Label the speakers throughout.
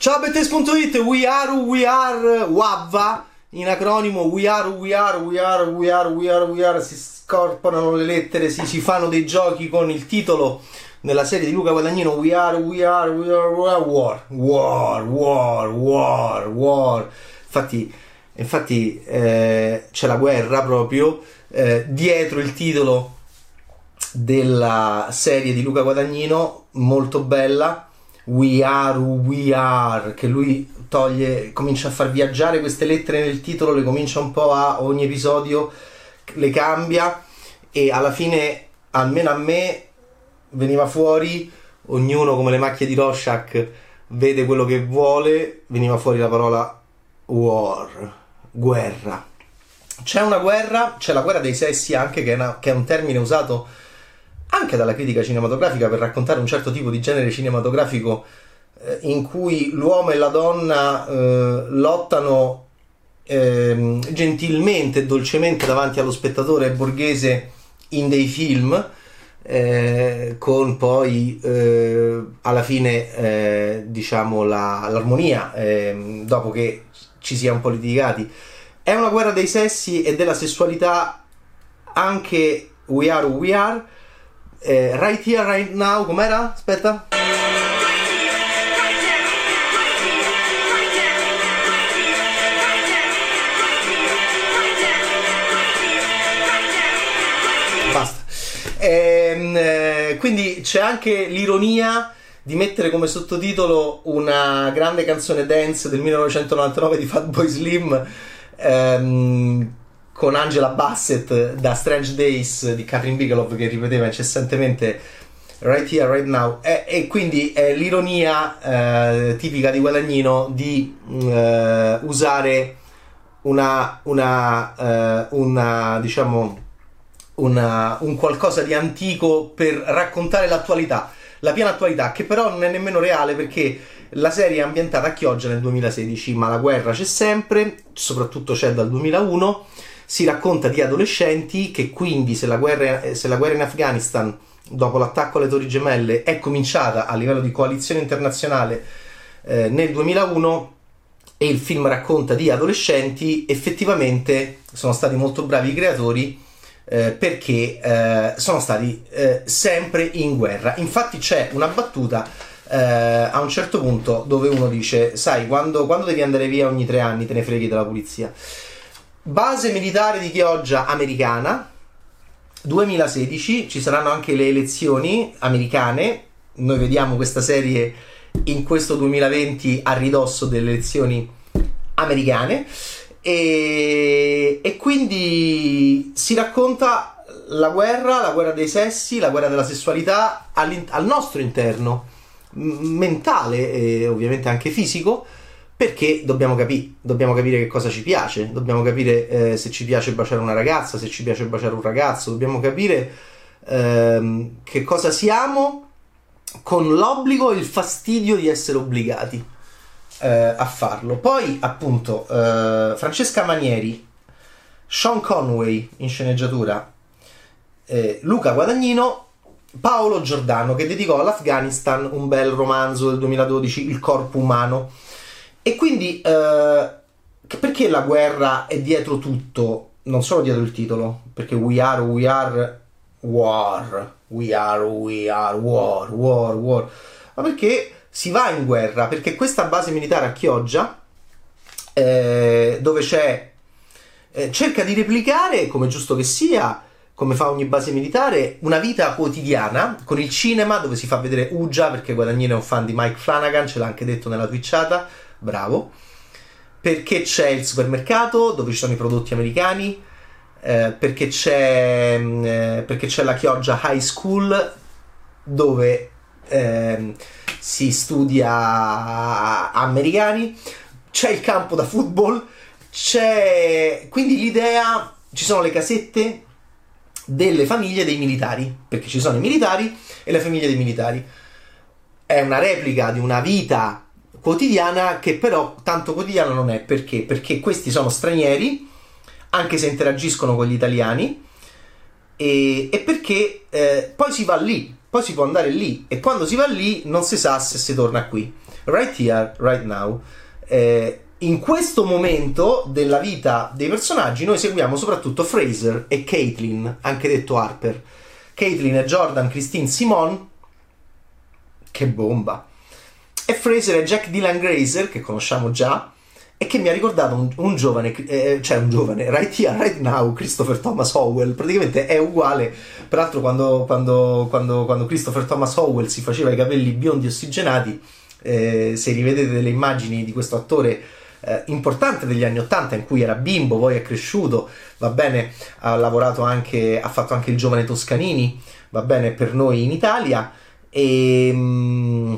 Speaker 1: Ciao Bettes.it, we are WAVA, in acronimo we are, si scorporano le lettere, si fanno dei giochi con il titolo nella serie di Luca Guadagnino, we are war. Infatti c'è la guerra proprio dietro il titolo della serie di Luca Guadagnino, molto bella. We are, che lui comincia a far viaggiare queste lettere nel titolo, le comincia un po' a ogni episodio, le cambia e alla fine, almeno a me, veniva fuori, ognuno come le macchie di Rorschach vede quello che vuole, veniva fuori la parola war, guerra. C'è una guerra, c'è la guerra dei sessi anche, che è un termine usato anche dalla critica cinematografica per raccontare un certo tipo di genere cinematografico in cui l'uomo e la donna lottano gentilmente e dolcemente davanti allo spettatore borghese in dei film, con poi alla fine diciamo l'armonia dopo che ci sia un po' litigati. È una guerra dei sessi e della sessualità, anche we are. Right Here, Right Now, com'era? Aspetta. Basta. Quindi c'è anche l'ironia di mettere come sottotitolo una grande canzone dance del 1999 di Fatboy Slim, con Angela Bassett da Strange Days di Catherine Bigelow, che ripeteva incessantemente Right Here, Right Now, e quindi è l'ironia tipica di Guadagnino di usare un qualcosa di antico per raccontare l'attualità, la piena attualità, che però non è nemmeno reale, perché la serie è ambientata a Chioggia nel 2016, ma la guerra c'è sempre, soprattutto c'è dal 2001. Si racconta di adolescenti che quindi, se la guerra in Afghanistan dopo l'attacco alle Torri Gemelle è cominciata a livello di coalizione internazionale nel 2001, e il film racconta di adolescenti, effettivamente sono stati molto bravi i creatori, perché sono stati sempre in guerra. Infatti c'è una battuta a un certo punto dove uno dice: sai, quando devi andare via ogni 3 anni te ne freghi della polizia. Base militare di Chioggia americana, 2016, ci saranno anche le elezioni americane. Noi vediamo questa serie in questo 2020 a ridosso delle elezioni americane, e quindi si racconta la guerra dei sessi, la guerra della sessualità al nostro interno, mentale e ovviamente anche fisico, perché dobbiamo capire che cosa ci piace, dobbiamo capire se ci piace baciare una ragazza, se ci piace baciare un ragazzo, dobbiamo capire che cosa siamo, con l'obbligo e il fastidio di essere obbligati a farlo. Poi appunto Francesca Manieri, Sean Conway in sceneggiatura, Luca Guadagnino, Paolo Giordano, che dedicò all'Afghanistan un bel romanzo del 2012, Il corpo umano. E quindi perché la guerra è dietro tutto, non solo dietro il titolo, perché we are war, ma perché si va in guerra, perché questa base militare a Chioggia, dove cerca di replicare, come giusto che sia, come fa ogni base militare, una vita quotidiana con il cinema, dove si fa vedere Ugia, perché Guadagnino è un fan di Mike Flanagan, ce l'ha anche detto nella twitchata, bravo, perché c'è il supermercato dove ci sono i prodotti americani, perché c'è la Chioggia High School dove si studia americani, c'è il campo da football, c'è quindi l'idea, ci sono le casette delle famiglie dei militari, perché ci sono i militari e le famiglie dei militari. È una replica di una vita quotidiana, che però tanto quotidiana non è. Perché questi sono stranieri, anche se interagiscono con gli italiani, e perché poi si va lì, poi si può andare lì, e quando si va lì non si sa se si torna qui. Right Here, Right Now. In questo momento della vita dei personaggi noi seguiamo soprattutto Fraser e Caitlin, anche detto Harper. Caitlin è Jordan Christine Simone, che bomba, e Fraser è Jack Dylan Grazer, che conosciamo già, e che mi ha ricordato un giovane, Right Here, Right Now, Christopher Thomas Howell. Praticamente è uguale. Peraltro quando Christopher Thomas Howell si faceva i capelli biondi ossigenati, se rivedete delle immagini di questo attore importante degli anni '80, in cui era bimbo, poi è cresciuto, va bene, ha fatto anche il giovane Toscanini, va bene, per noi in Italia, e mi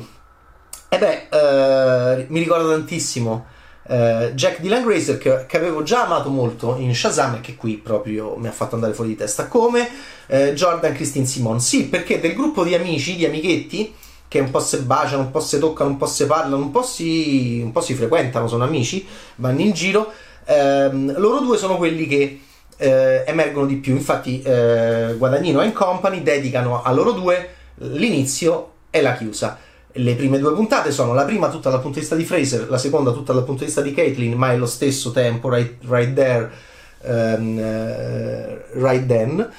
Speaker 1: ricorda tantissimo Jack Dylan Grazer, che avevo già amato molto in Shazam e che qui proprio mi ha fatto andare fuori di testa, come Jordan Christine Simone. Sì, perché del gruppo di amici, di amichetti, che un po' si baciano, un po' si toccano, un po' si parlano, un po' si frequentano, sono amici, vanno in giro, loro due sono quelli che emergono di più. Infatti Guadagnino e Company dedicano a loro due l'inizio e la chiusa. Le prime due puntate sono la prima tutta dal punto di vista di Fraser, la seconda tutta dal punto di vista di Caitlin, ma è lo stesso tempo, right there, right then.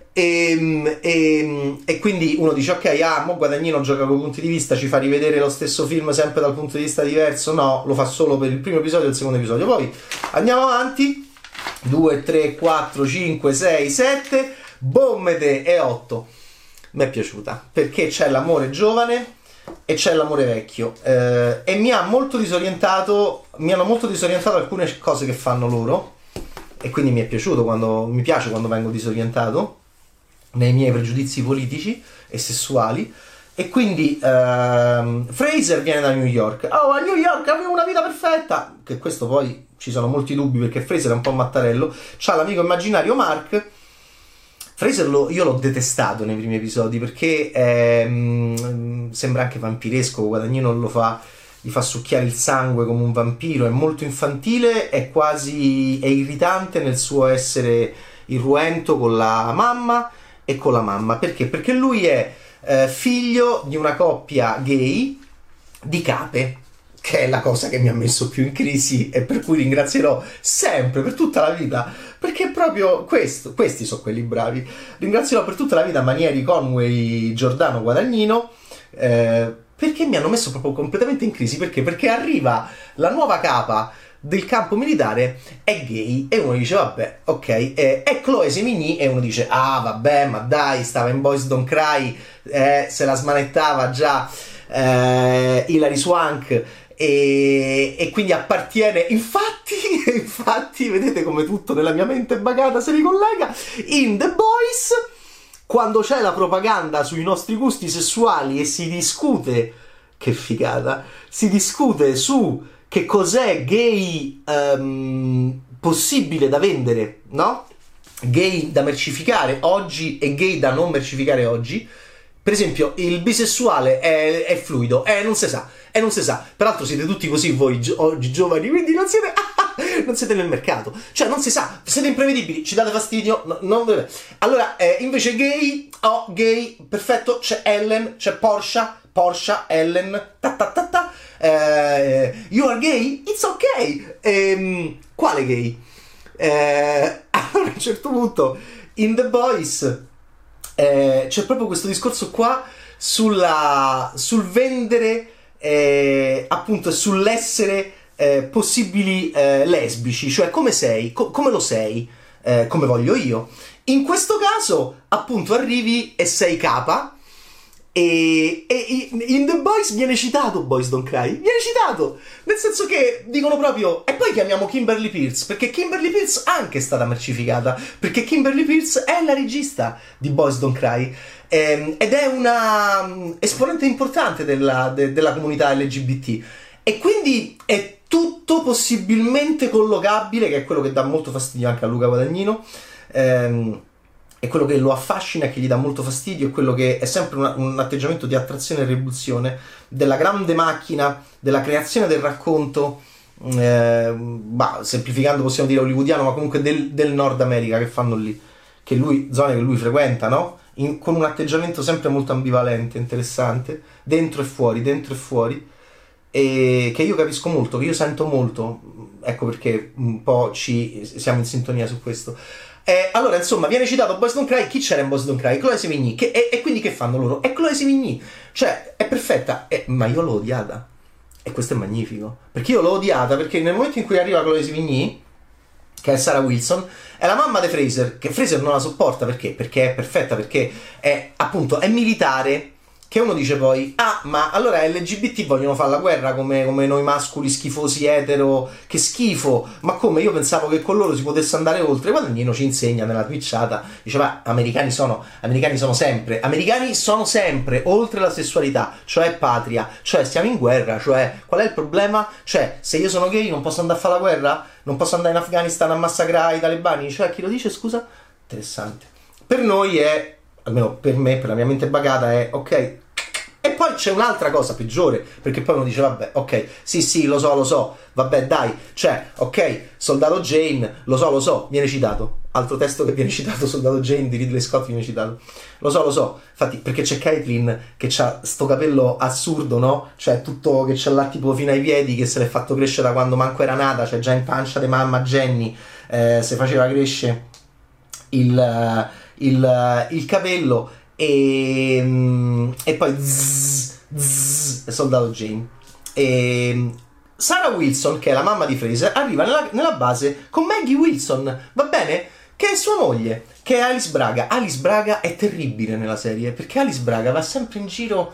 Speaker 1: E quindi uno dice ok, mo Guadagnino gioca con punti di vista, ci fa rivedere lo stesso film sempre dal punto di vista diverso. No, lo fa solo per il primo episodio e il secondo episodio. Poi andiamo avanti, 2, 3, 4, 5, 6, 7, bommete e 8. Mi è piaciuta perché c'è l'amore giovane e c'è l'amore vecchio, e mi hanno molto disorientato alcune cose che fanno loro, e quindi mi piace quando vengo disorientato nei miei pregiudizi politici e sessuali. E quindi Fraser viene da New York. Oh, a New York avevo una vita perfetta, che questo poi ci sono molti dubbi, perché Fraser è un po' mattarello, c'ha l'amico immaginario Mark. Fraser io l'ho detestato nei primi episodi, perché sembra anche vampiresco. Guadagnino gli fa succhiare il sangue come un vampiro, è molto infantile, è irritante nel suo essere irruento con la mamma e con la mamma. Perché? Perché lui è figlio di una coppia gay di cape, che è la cosa che mi ha messo più in crisi e per cui ringrazierò sempre, per tutta la vita, perché proprio questi sono quelli bravi. Ringrazierò per tutta la vita Manieri, Conway, Giordano, Guadagnino, perché mi hanno messo proprio completamente in crisi. Perché arriva la nuova capa del campo militare, è gay, e uno dice vabbè, ok, è Chloe Sevigny, e uno dice ah vabbè, ma dai, stava in Boys Don't Cry, se la smanettava già Hilary Swank, e quindi appartiene, infatti vedete come tutto nella mia mente bagata si ricollega. In The Boys, quando c'è la propaganda sui nostri gusti sessuali e si discute, che figata, si discute su che cos'è gay possibile da vendere, no? Gay da mercificare oggi e gay da non mercificare oggi. Per esempio, il bisessuale è fluido, non si sa. Peraltro siete tutti così voi oggi giovani, quindi non siete nel mercato. Cioè, non si sa, siete imprevedibili, ci date fastidio. Allora, invece gay, perfetto, c'è Ellen, c'è Porsche, Ellen, you are gay? It's ok. Quale gay? Allora, a un certo punto, in The Boys, c'è proprio questo discorso qua sul vendere, appunto, sull'essere possibili lesbici, cioè come sei, come lo sei, come voglio io. In questo caso, appunto, arrivi e sei capa, e in The Boys viene citato Boys Don't Cry, viene citato, nel senso che dicono proprio, e poi chiamiamo Kimberly Peirce, perché Kimberly Peirce anche è stata mercificata, perché Kimberly Peirce è la regista di Boys Don't Cry, ed è una esponente importante della comunità LGBT, e quindi è tutto possibilmente collocabile, che è quello che dà molto fastidio anche a Luca Guadagnino. È quello che lo affascina, che gli dà molto fastidio, è quello che è sempre un atteggiamento di attrazione e repulsione della grande macchina, della creazione del racconto, semplificando possiamo dire hollywoodiano, ma comunque del Nord America, che fanno lì, zone che lui frequenta, no? Con un atteggiamento sempre molto ambivalente, interessante, dentro e fuori, e che io capisco molto, che io sento molto, ecco perché un po' siamo in sintonia su questo. Allora, insomma, viene citato Boys Don't Cry. Chi c'era in Boys Don't Cry? Chloe Sevigny. E quindi che fanno loro? È Chloe Sevigny. Cioè, è perfetta. Ma io l'ho odiata. E questo è magnifico. Perché io l'ho odiata perché nel momento in cui arriva Chloe Sevigny, che è Sarah Wilson, è la mamma di Fraser, che Fraser non la sopporta. Perché? Perché è perfetta, perché è, appunto, è militare. Che uno dice poi, ma allora LGBT vogliono fare la guerra come noi mascoli schifosi etero, che schifo, ma come? Io pensavo che con loro si potesse andare oltre. Guadagnino ci insegna nella twitchata, diceva, americani sono sempre oltre la sessualità, cioè patria, cioè stiamo in guerra, cioè qual è il problema? Cioè, se io sono gay non posso andare a fare la guerra? Non posso andare in Afghanistan a massacrare i talebani? Cioè, chi lo dice, scusa? Interessante. Per noi è, almeno per me, per la mia mente bagata, è ok. E poi c'è un'altra cosa peggiore, perché poi uno dice, vabbè, ok, sì, lo so, vabbè, dai, cioè, ok, Soldato Jane, lo so, viene citato. Altro testo che viene citato, Soldato Jane di Ridley Scott viene citato. Lo so, infatti, perché c'è Caitlyn che c'ha sto capello assurdo, no? Cioè, tutto che c'è là tipo fino ai piedi, che se l'è fatto crescere da quando manco era nata, cioè già in pancia di mamma Jenny, se faceva crescere il capello e poi Soldato Jane. E Sarah Wilson, che è la mamma di Fraser, arriva nella base con Maggie Wilson, va bene? Che è sua moglie, che è Alice Braga. Alice Braga è terribile nella serie, perché Alice Braga va sempre in giro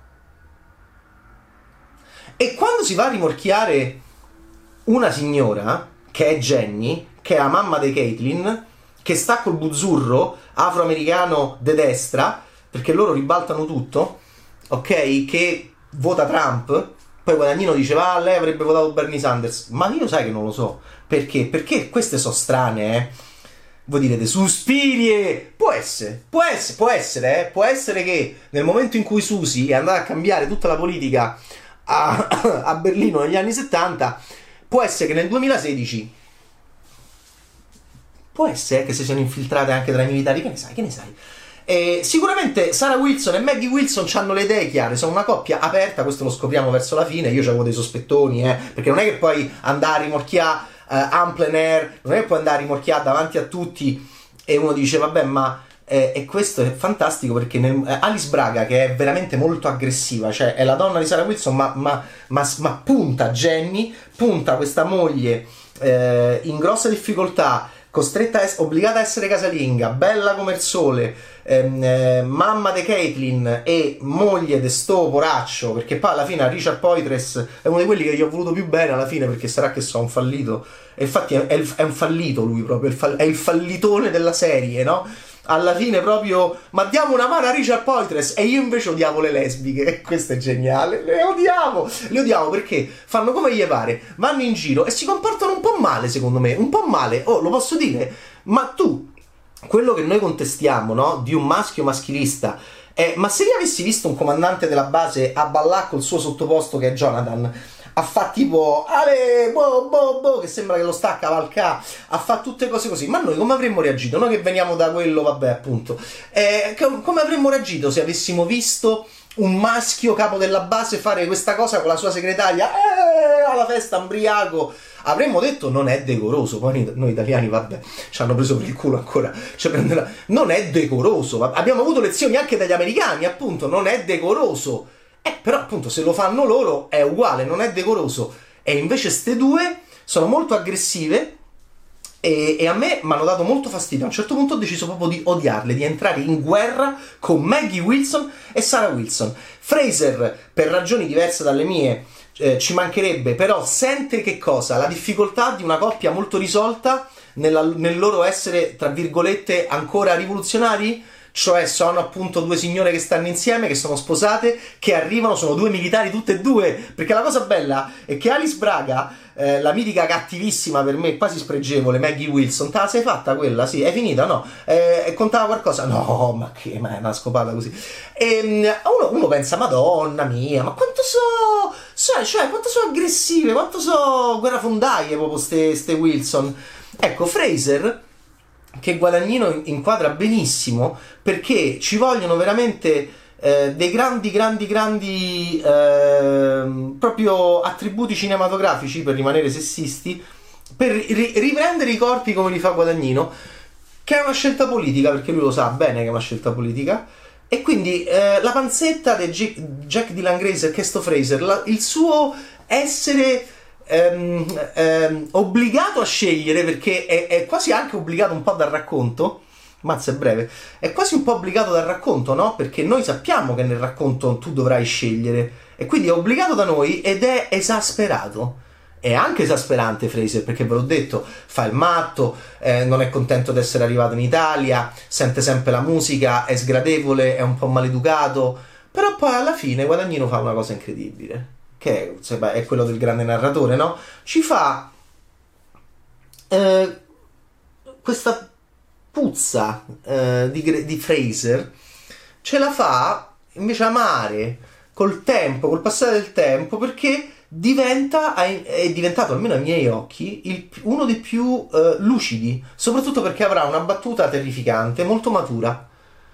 Speaker 1: e quando si va a rimorchiare una signora, che è Jenny, che è la mamma di Caitlyn, che sta col buzzurro afroamericano de destra, perché loro ribaltano tutto, ok? Che vota Trump. Poi Guadagnino diceva, lei avrebbe votato Bernie Sanders. Ma io sai che non lo so. Perché? Perché queste sono strane, eh? Voi direte, Suspirie! Può essere che nel momento in cui Susi è andata a cambiare tutta la politica a Berlino negli anni 70, può essere che nel 2016... Può essere che si siano infiltrate anche tra i militari, che ne sai? Sicuramente Sarah Wilson e Maggie Wilson hanno le idee chiare, sono una coppia aperta, questo lo scopriamo verso la fine. Io avevo dei sospettoni, perché non è che puoi andare a rimorchiare en plein air, non è che puoi andare a rimorchiare davanti a tutti e uno dice vabbè, ma e questo è fantastico perché Alice Braga, che è veramente molto aggressiva, cioè è la donna di Sarah Wilson, ma punta Jenny, punta questa moglie in grossa difficoltà, costretta obbligata a essere casalinga, bella come il sole, mamma di Caitlyn e moglie di sto poraccio, perché poi alla fine Richard Poitres è uno di quelli che gli ho voluto più bene alla fine, perché sarà che so un fallito, e infatti è un fallito lui proprio, è il fallitone della serie, no? Alla fine proprio, ma diamo una mano a Richard Poitres, e io invece odiavo le lesbiche, questo è geniale, le odiamo perché fanno come gli pare, vanno in giro e si comportano un po' male, secondo me, un po' male, lo posso dire, ma tu, quello che noi contestiamo, no, di un maschio maschilista, ma se io avessi visto un comandante della base a ballare col suo sottoposto che è Jonathan, a fa tipo ale boh, che sembra che lo sta a cavalcare, a fa tutte cose così, ma noi come avremmo reagito? Noi che veniamo da quello, vabbè, appunto, come avremmo reagito se avessimo visto un maschio capo della base fare questa cosa con la sua segretaria alla festa, ambriaco? Avremmo detto non è decoroso. Poi noi italiani, vabbè, ci hanno preso per il culo ancora, non è decoroso, abbiamo avuto lezioni anche dagli americani, appunto, non è decoroso. Però appunto se lo fanno loro è uguale, non è decoroso. E invece ste due sono molto aggressive e a me mi hanno dato molto fastidio. A un certo punto ho deciso proprio di odiarle, di entrare in guerra con Maggie Wilson e Sarah Wilson. Fraser, per ragioni diverse dalle mie, ci mancherebbe, però sente che cosa? La difficoltà di una coppia molto risolta nel loro essere, tra virgolette, ancora rivoluzionari. Cioè sono appunto due signore che stanno insieme, che sono sposate, che arrivano, sono due militari tutte e due, perché la cosa bella è che Alice Braga, la mitica cattivissima per me, quasi spregevole Maggie Wilson, te la sei fatta quella? Sì, è finita? No? Contava qualcosa? No, ma è una scopata così. E uno pensa, madonna mia, ma quanto quanto sono aggressive, quanto sono guerrafondaie proprio ste Wilson. Ecco, Fraser, che Guadagnino inquadra benissimo, perché ci vogliono veramente dei grandi proprio attributi cinematografici, per rimanere sessisti, per riprendere i corpi come li fa Guadagnino, che è una scelta politica, perché lui lo sa bene che è una scelta politica. E quindi la panzetta di Jack Dylan Grazer, Kesto Fraser, il suo essere obbligato a scegliere, perché è quasi anche obbligato un po' dal racconto. Mazza, è breve. È quasi un po' obbligato dal racconto, no? Perché noi sappiamo che nel racconto tu dovrai scegliere, e quindi è obbligato da noi ed è esasperato. È anche esasperante Fraser, perché ve l'ho detto, fa il matto, non è contento di essere arrivato in Italia, sente sempre la musica, è sgradevole, è un po' maleducato, però poi alla fine Guadagnino fa una cosa incredibile, che è quello del grande narratore, no? Ci fa questa puzza di Fraser, ce la fa invece amare col tempo, col passare del tempo, perché è diventato, almeno ai miei occhi, uno dei più lucidi, soprattutto perché avrà una battuta terrificante, molto matura,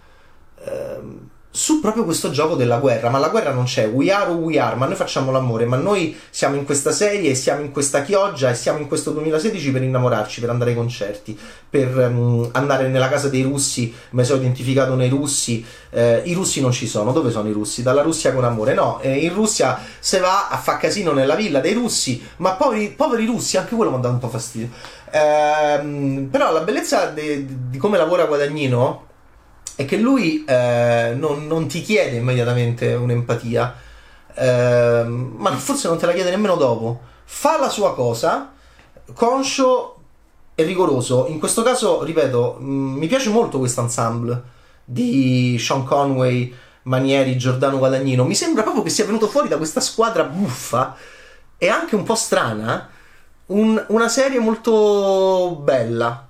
Speaker 1: su proprio questo gioco della guerra. Ma la guerra non c'è, we are who we are, ma noi facciamo l'amore, ma noi siamo in questa serie e siamo in questa chioggia e siamo in questo 2016 per innamorarci, per andare ai concerti, per andare nella casa dei russi. Mi sono identificato nei russi. I russi non ci sono. Dove sono i russi? Dalla Russia con amore? No, in Russia se va a fa casino nella villa dei russi, ma poveri russi, anche quello mi ha dato un po' fastidio. Però la bellezza di come lavora Guadagnino è che lui non ti chiede immediatamente un'empatia, ma forse non te la chiede nemmeno dopo. Fa la sua cosa, conscio e rigoroso. In questo caso, ripeto, mi piace molto questo ensemble di Sean Conway, Manieri, Giordano Guadagnino. Mi sembra proprio che sia venuto fuori da questa squadra buffa e anche un po' strana una serie molto bella,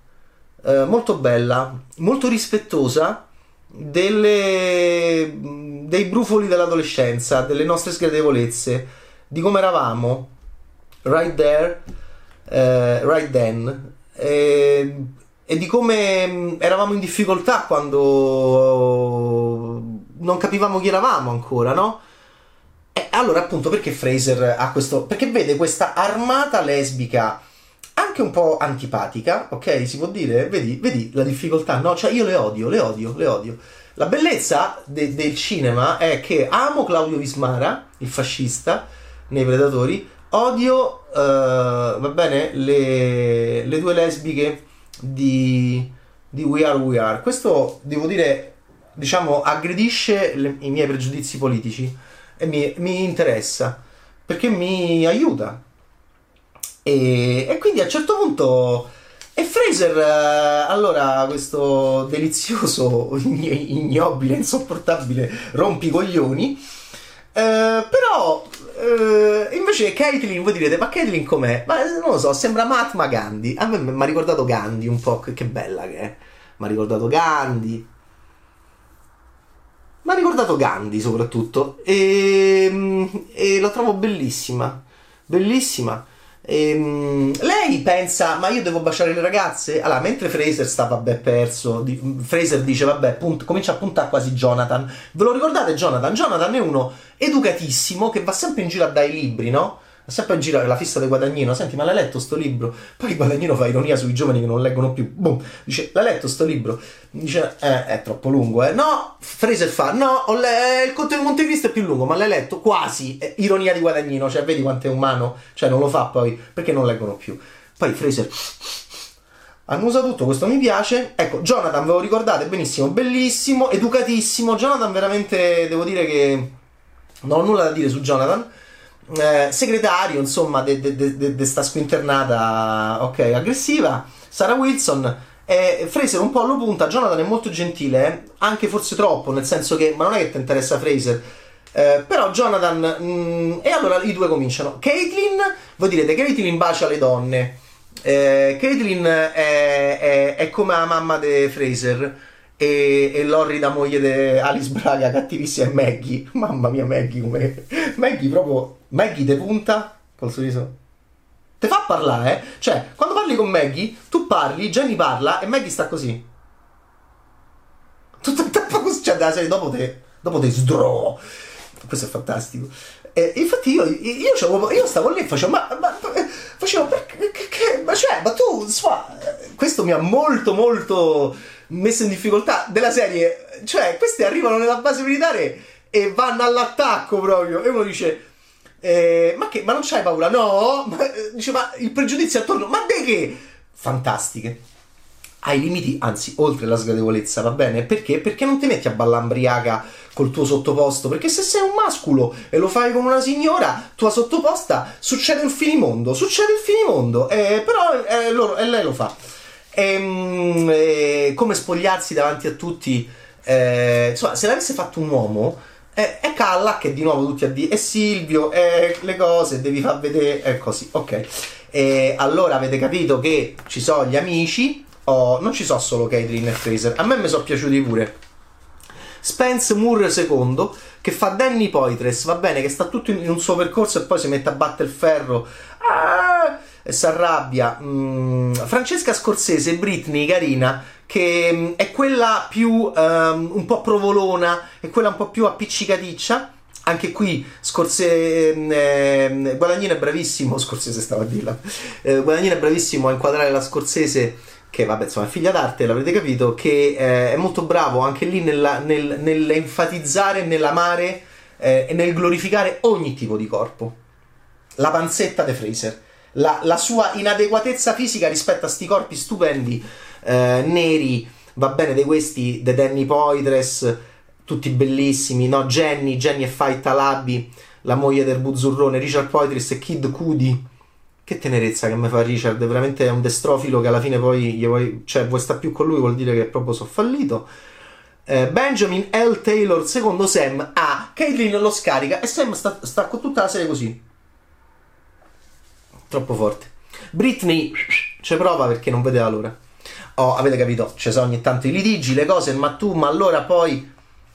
Speaker 1: molto rispettosa dei brufoli dell'adolescenza, delle nostre sgradevolezze, di come eravamo right there, right then, e di come eravamo in difficoltà quando non capivamo chi eravamo ancora, no? E allora, appunto, perché Fraser ha questo, perché vede questa armata lesbica anche un po' antipatica, ok? Si può dire? Vedi la difficoltà, no? Cioè io le odio. La bellezza del cinema è che amo Claudio Vismara, il fascista, nei Predatori, odio, va bene, le due lesbiche di We Are We Are. Questo, devo dire, diciamo, aggredisce i miei pregiudizi politici e mi interessa, perché mi aiuta. E quindi a un certo punto Fraser, allora, questo delizioso, ignobile, insopportabile rompicoglioni, però invece Caitlyn, voi direte, ma Caitlyn com'è? Ma non lo so, sembra Mahatma Gandhi. A me mi ha ricordato Gandhi un po', che bella che è. Mi ha ricordato Gandhi soprattutto, e la trovo bellissima. Lei pensa, ma io devo baciare le ragazze? Allora, mentre Fraser sta perso, Fraser dice vabbè, comincia a puntare quasi Jonathan. Ve lo ricordate Jonathan? Jonathan è uno educatissimo che va sempre in giro a dare i libri, no? Va sempre in giro alla fissa di Guadagnino. Senti, ma l'hai letto sto libro? Poi Guadagnino fa ironia sui giovani che non leggono più. Boom. Dice, l'hai letto sto libro? Dice, è troppo lungo, eh. No, Fraser fa, no, il Conte di Montecristo è più lungo, ma l'hai letto? Quasi. Ironia di Guadagnino, cioè vedi quanto è umano? Cioè non lo fa poi, perché non leggono più. Poi Fraser annusa tutto, questo mi piace. Ecco, Jonathan, ve lo ricordate? Benissimo, bellissimo, educatissimo. Jonathan veramente, devo dire che non ho nulla da dire su Jonathan. Segretario, insomma, de sta squinternata, ok, aggressiva. Sarah Wilson, Fraser un po' lo punta. Jonathan è molto gentile, anche forse troppo, nel senso che, ma non è che ti interessa Fraser, però Jonathan, e allora i due cominciano. Caitlyn, voi direte, Caitlyn bacia le donne. Caitlyn è come la mamma di Fraser, e l'orrida moglie di Alice Braga, cattivissima, è Maggie. Mamma mia, Maggie come Maggie, proprio Maggie te punta col sorriso, te fa parlare, cioè quando parli con Maggie tu parli, Jenny parla e Maggie sta così tutto il tempo così, cioè della serie dopo te dopo te sdro. Questo è fantastico. Infatti io stavo lì e facevo, facevo, ma tu, questo mi ha molto molto messo in difficoltà della serie, cioè questi arrivano nella base militare e vanno all'attacco proprio, e uno dice, ma non c'hai paura? No, dice, ma il pregiudizio attorno, ma di che? Fantastiche. Ai limiti, anzi, oltre la sgradevolezza, va bene? Perché? Perché non ti metti a ballare ambriaca col tuo sottoposto? Perché se sei un masculo e lo fai con una signora, tua sottoposta, succede il finimondo, però lei lo fa. Come spogliarsi davanti a tutti, insomma, se l'avesse fatto un uomo, è Calla che di nuovo tutti a dire, è Silvio, le cose, devi far vedere, è così, ok. Allora avete capito che ci sono gli amici. Non ci sono solo Caitlyn e Fraser, a me mi sono piaciuti pure Spence Moore II, che fa Danny Poitras, va bene, che sta tutto in un suo percorso e poi si mette a battere il ferro e si arrabbia. Francesca Scorsese, Britney, carina, che è quella più un po' provolona, è quella un po' più appiccicaticcia. Anche qui Guadagnino è bravissimo, Scorsese stava a dirla, Guadagnino è bravissimo a inquadrare la Scorsese, che vabbè insomma è figlia d'arte, l'avrete capito, che è molto bravo anche lì nell'enfatizzare, nell'amare e nel glorificare ogni tipo di corpo. La panzetta di Fraser, la sua inadeguatezza fisica rispetto a sti corpi stupendi, neri, va bene, di questi, di Danny Poitras, tutti bellissimi, no? Jenny e Faith Alabi, la moglie del buzzurrone, Richard Poitras e Kid Cudi. Che tenerezza che mi fa Richard, veramente è un destrofilo che alla fine poi vuoi stare più con lui, vuol dire che proprio so fallito. Benjamin L. Taylor secondo Sam, Caitlyn lo scarica e Sam sta con tutta la serie così, troppo forte. Britney ci prova perché non vedeva l'ora. Avete capito, ci sono ogni tanto i litigi, le cose, ma allora poi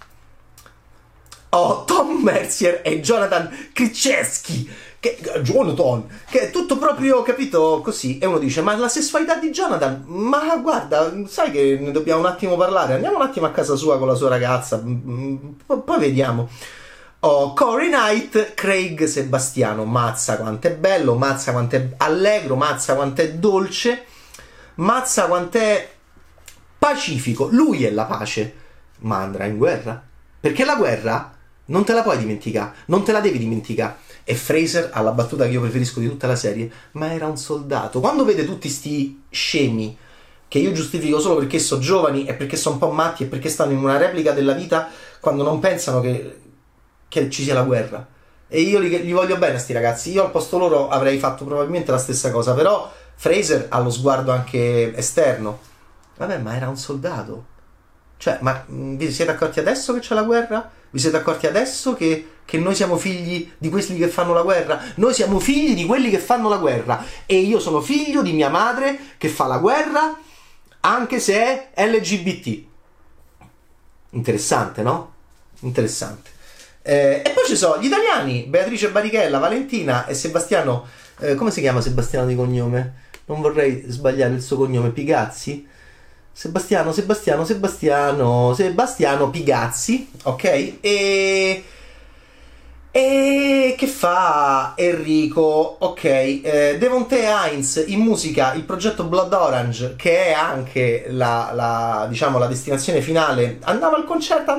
Speaker 1: Tom Mercier e Jonathan Krzyzewski, Jonathan, che è tutto proprio, capito, così, e uno dice, ma la sessualità di Jonathan, ma guarda, sai che ne dobbiamo un attimo parlare, andiamo un attimo a casa sua con la sua ragazza, poi vediamo. Corey Knight, Craig Sebastiano, mazza quanto è bello, mazza quanto è allegro, mazza quanto è dolce, mazza quanto è pacifico, lui è la pace, ma andrà in guerra, perché la guerra non te la puoi dimenticare, non te la devi dimenticare. E Fraser ha la battuta che io preferisco di tutta la serie, ma era un soldato. Quando vede tutti sti scemi, che io giustifico solo perché sono giovani e perché sono un po' matti e perché stanno in una replica della vita, quando non pensano che ci sia la guerra. E io gli voglio bene a sti ragazzi, io al posto loro avrei fatto probabilmente la stessa cosa, però Fraser ha lo sguardo anche esterno. Vabbè, ma era un soldato. Cioè, ma vi siete accorti adesso che c'è la guerra? Vi siete accorti adesso che noi siamo figli di quelli che fanno la guerra? Noi siamo figli di quelli che fanno la guerra. E io sono figlio di mia madre che fa la guerra anche se è LGBT. Interessante, no? Interessante. E poi ci sono gli italiani, Beatrice Barichella, Valentina e Sebastiano. Come si chiama Sebastiano di cognome? Non vorrei sbagliare il suo cognome. Pigazzi? Sebastiano Pigazzi, ok? E che fa Enrico? Ok, Devontae Hines in musica, il progetto Blood Orange, che è anche la destinazione finale. Andavo al concerto.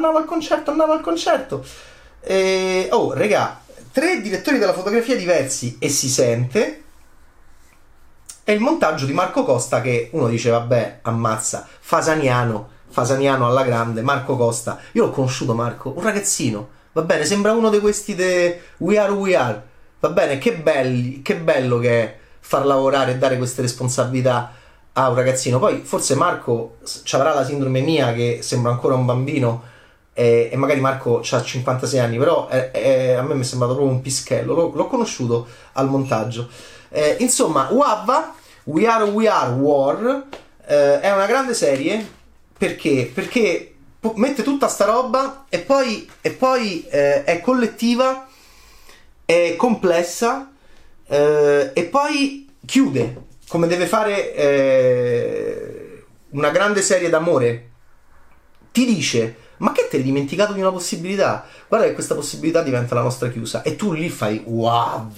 Speaker 1: Regà, 3 direttori della fotografia diversi e si sente. E il montaggio di Marco Costa, che uno dice vabbè, ammazza, Fasaniano alla grande, Marco Costa, io l'ho conosciuto Marco, un ragazzino, va bene, sembra uno di questi de We Are, va bene, che bello che è far lavorare e dare queste responsabilità a un ragazzino. Poi forse Marco avrà la sindrome mia che sembra ancora un bambino e magari Marco ha 56 anni, però a me mi è sembrato proprio un pischello, l'ho conosciuto al montaggio. Insomma, WAVA, We Are War, è una grande serie perché mette tutta sta roba e poi è collettiva, è complessa, e poi chiude come deve fare una grande serie d'amore. Ti dice Ma che ti hai dimenticato di una possibilità? Guarda che questa possibilità diventa la nostra chiusa e tu lì fai wow,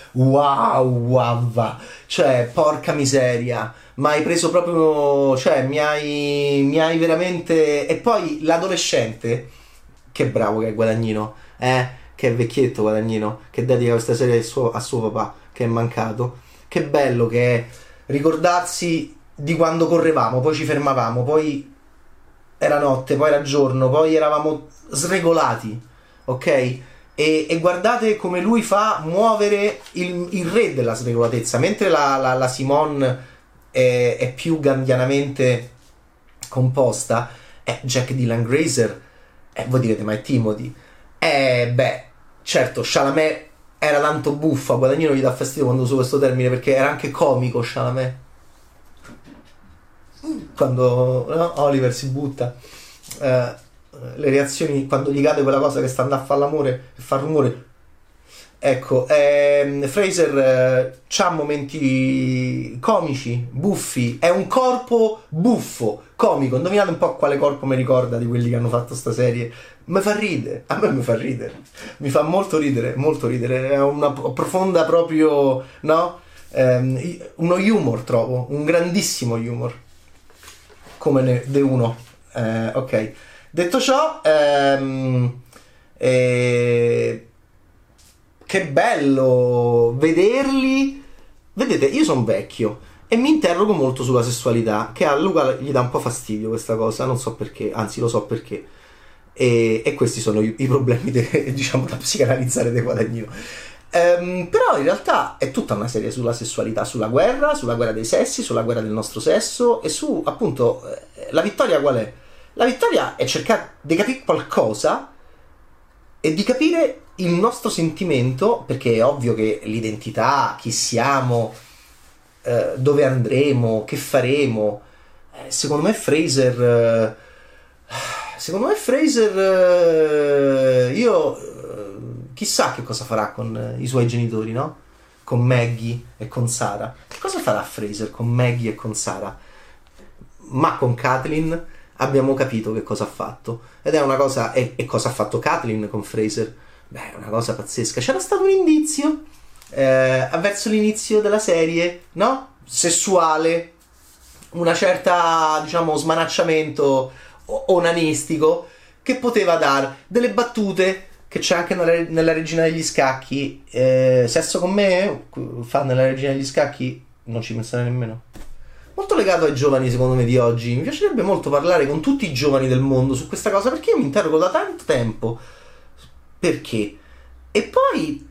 Speaker 1: wow, cioè porca miseria, ma hai preso proprio, cioè mi hai veramente... E poi l'adolescente, che bravo che è Guadagnino, che è vecchietto Guadagnino, che dedica questa serie a suo papà che è mancato, che bello che è ricordarsi di quando correvamo, poi ci fermavamo, poi era notte, poi era giorno, poi eravamo sregolati, ok? E guardate come lui fa muovere il re della sregolatezza, mentre la Simone è più gandhianamente composta, Jack Dylan Grazer, voi direte, ma è Timothy? Beh, certo, Chalamet era tanto buffo, a Guadagnino gli dà fastidio quando uso questo termine, perché era anche comico Chalamet. Quando Oliver si butta, le reazioni quando gli cade quella cosa che sta andando a fare l'amore e fa rumore, ecco. Fraser c'ha momenti comici, buffi, è un corpo buffo, comico. Indovinate un po' quale corpo mi ricorda di quelli che hanno fatto sta serie. Mi fa ridere, a me mi fa ridere, mi fa molto ridere, è una profonda proprio, no? Uno humor, trovo, un grandissimo humor, come The Uno. Ok, detto ciò, che bello vederli. Vedete, io sono vecchio e mi interrogo molto sulla sessualità, che a Luca gli dà un po' fastidio questa cosa, non so perché, anzi lo so perché, e questi sono i problemi diciamo da psicanalizzare dei Guadagnino. Però in realtà è tutta una serie sulla sessualità, sulla guerra dei sessi, sulla guerra del nostro sesso, e su appunto la vittoria qual è? La vittoria è cercare di capire qualcosa e di capire il nostro sentimento, perché è ovvio che l'identità, chi siamo, dove andremo, che faremo, secondo me Fraser, chissà che cosa farà con i suoi genitori, no? Con Maggie e con Sara. Che cosa farà Fraser con Maggie e con Sara? Ma con Kathleen abbiamo capito che cosa ha fatto. Ed è una cosa... E cosa ha fatto Kathleen con Fraser? Beh, è una cosa pazzesca. C'era stato un indizio verso l'inizio della serie, no? Sessuale. Una certa, diciamo, smanacciamento onanistico che poteva dar delle battute che c'è anche nella Regina degli Scacchi. Sesso con me fa nella Regina degli Scacchi, non ci pensare nemmeno. Molto legato ai giovani, secondo me, di oggi. Mi piacerebbe molto parlare con tutti i giovani del mondo su questa cosa, perché io mi interrogo da tanto tempo perché. E poi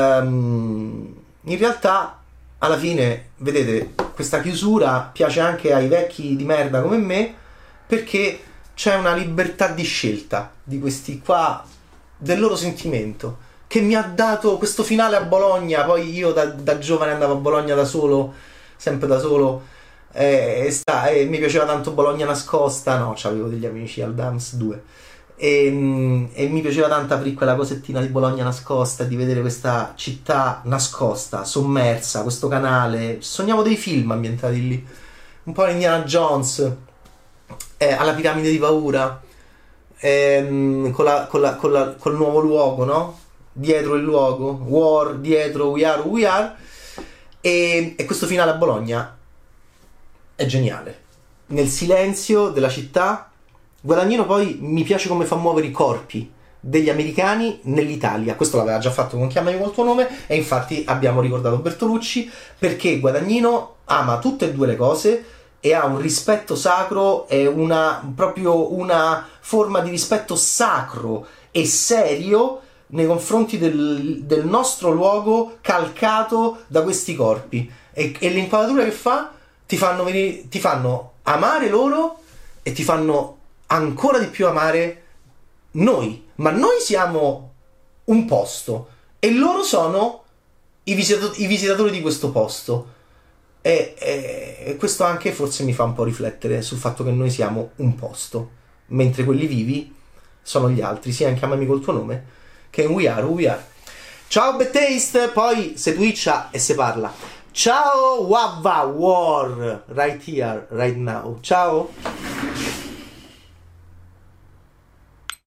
Speaker 1: in realtà alla fine, vedete, questa chiusura piace anche ai vecchi di merda come me, perché c'è una libertà di scelta di questi qua, del loro sentimento, che mi ha dato questo finale a Bologna. Poi io da giovane andavo a Bologna da solo, sempre da solo, e mi piaceva tanto Bologna nascosta, no, c'avevo degli amici al Dams 2, e mi piaceva tanto aprire quella cosettina di Bologna nascosta, di vedere questa città nascosta, sommersa, questo canale. Sognavo dei film ambientati lì, un po' Indiana Jones, alla piramide di paura, col nuovo luogo, no? Dietro il luogo, War, dietro, we are, e questo finale a Bologna è geniale. Nel silenzio della città, Guadagnino poi mi piace come fa muovere i corpi degli americani nell'Italia. Questo l'aveva già fatto con Chiamami col tuo nome, e infatti abbiamo ricordato Bertolucci, perché Guadagnino ama tutte e due le cose e ha un rispetto sacro, e proprio una forma di rispetto sacro e serio nei confronti del nostro luogo, calcato da questi corpi, e le inquadrature che fa ti fanno amare loro e ti fanno ancora di più amare noi. Ma noi siamo un posto e loro sono i visitatori di questo posto, e questo anche forse mi fa un po' riflettere sul fatto che noi siamo un posto, mentre quelli vivi sono gli altri, sia in Chiamami col tuo nome che in We Are Who We Are. Ciao Bad Taste, poi se twitcha e se parla. Ciao Wava War, right here, right now. Ciao.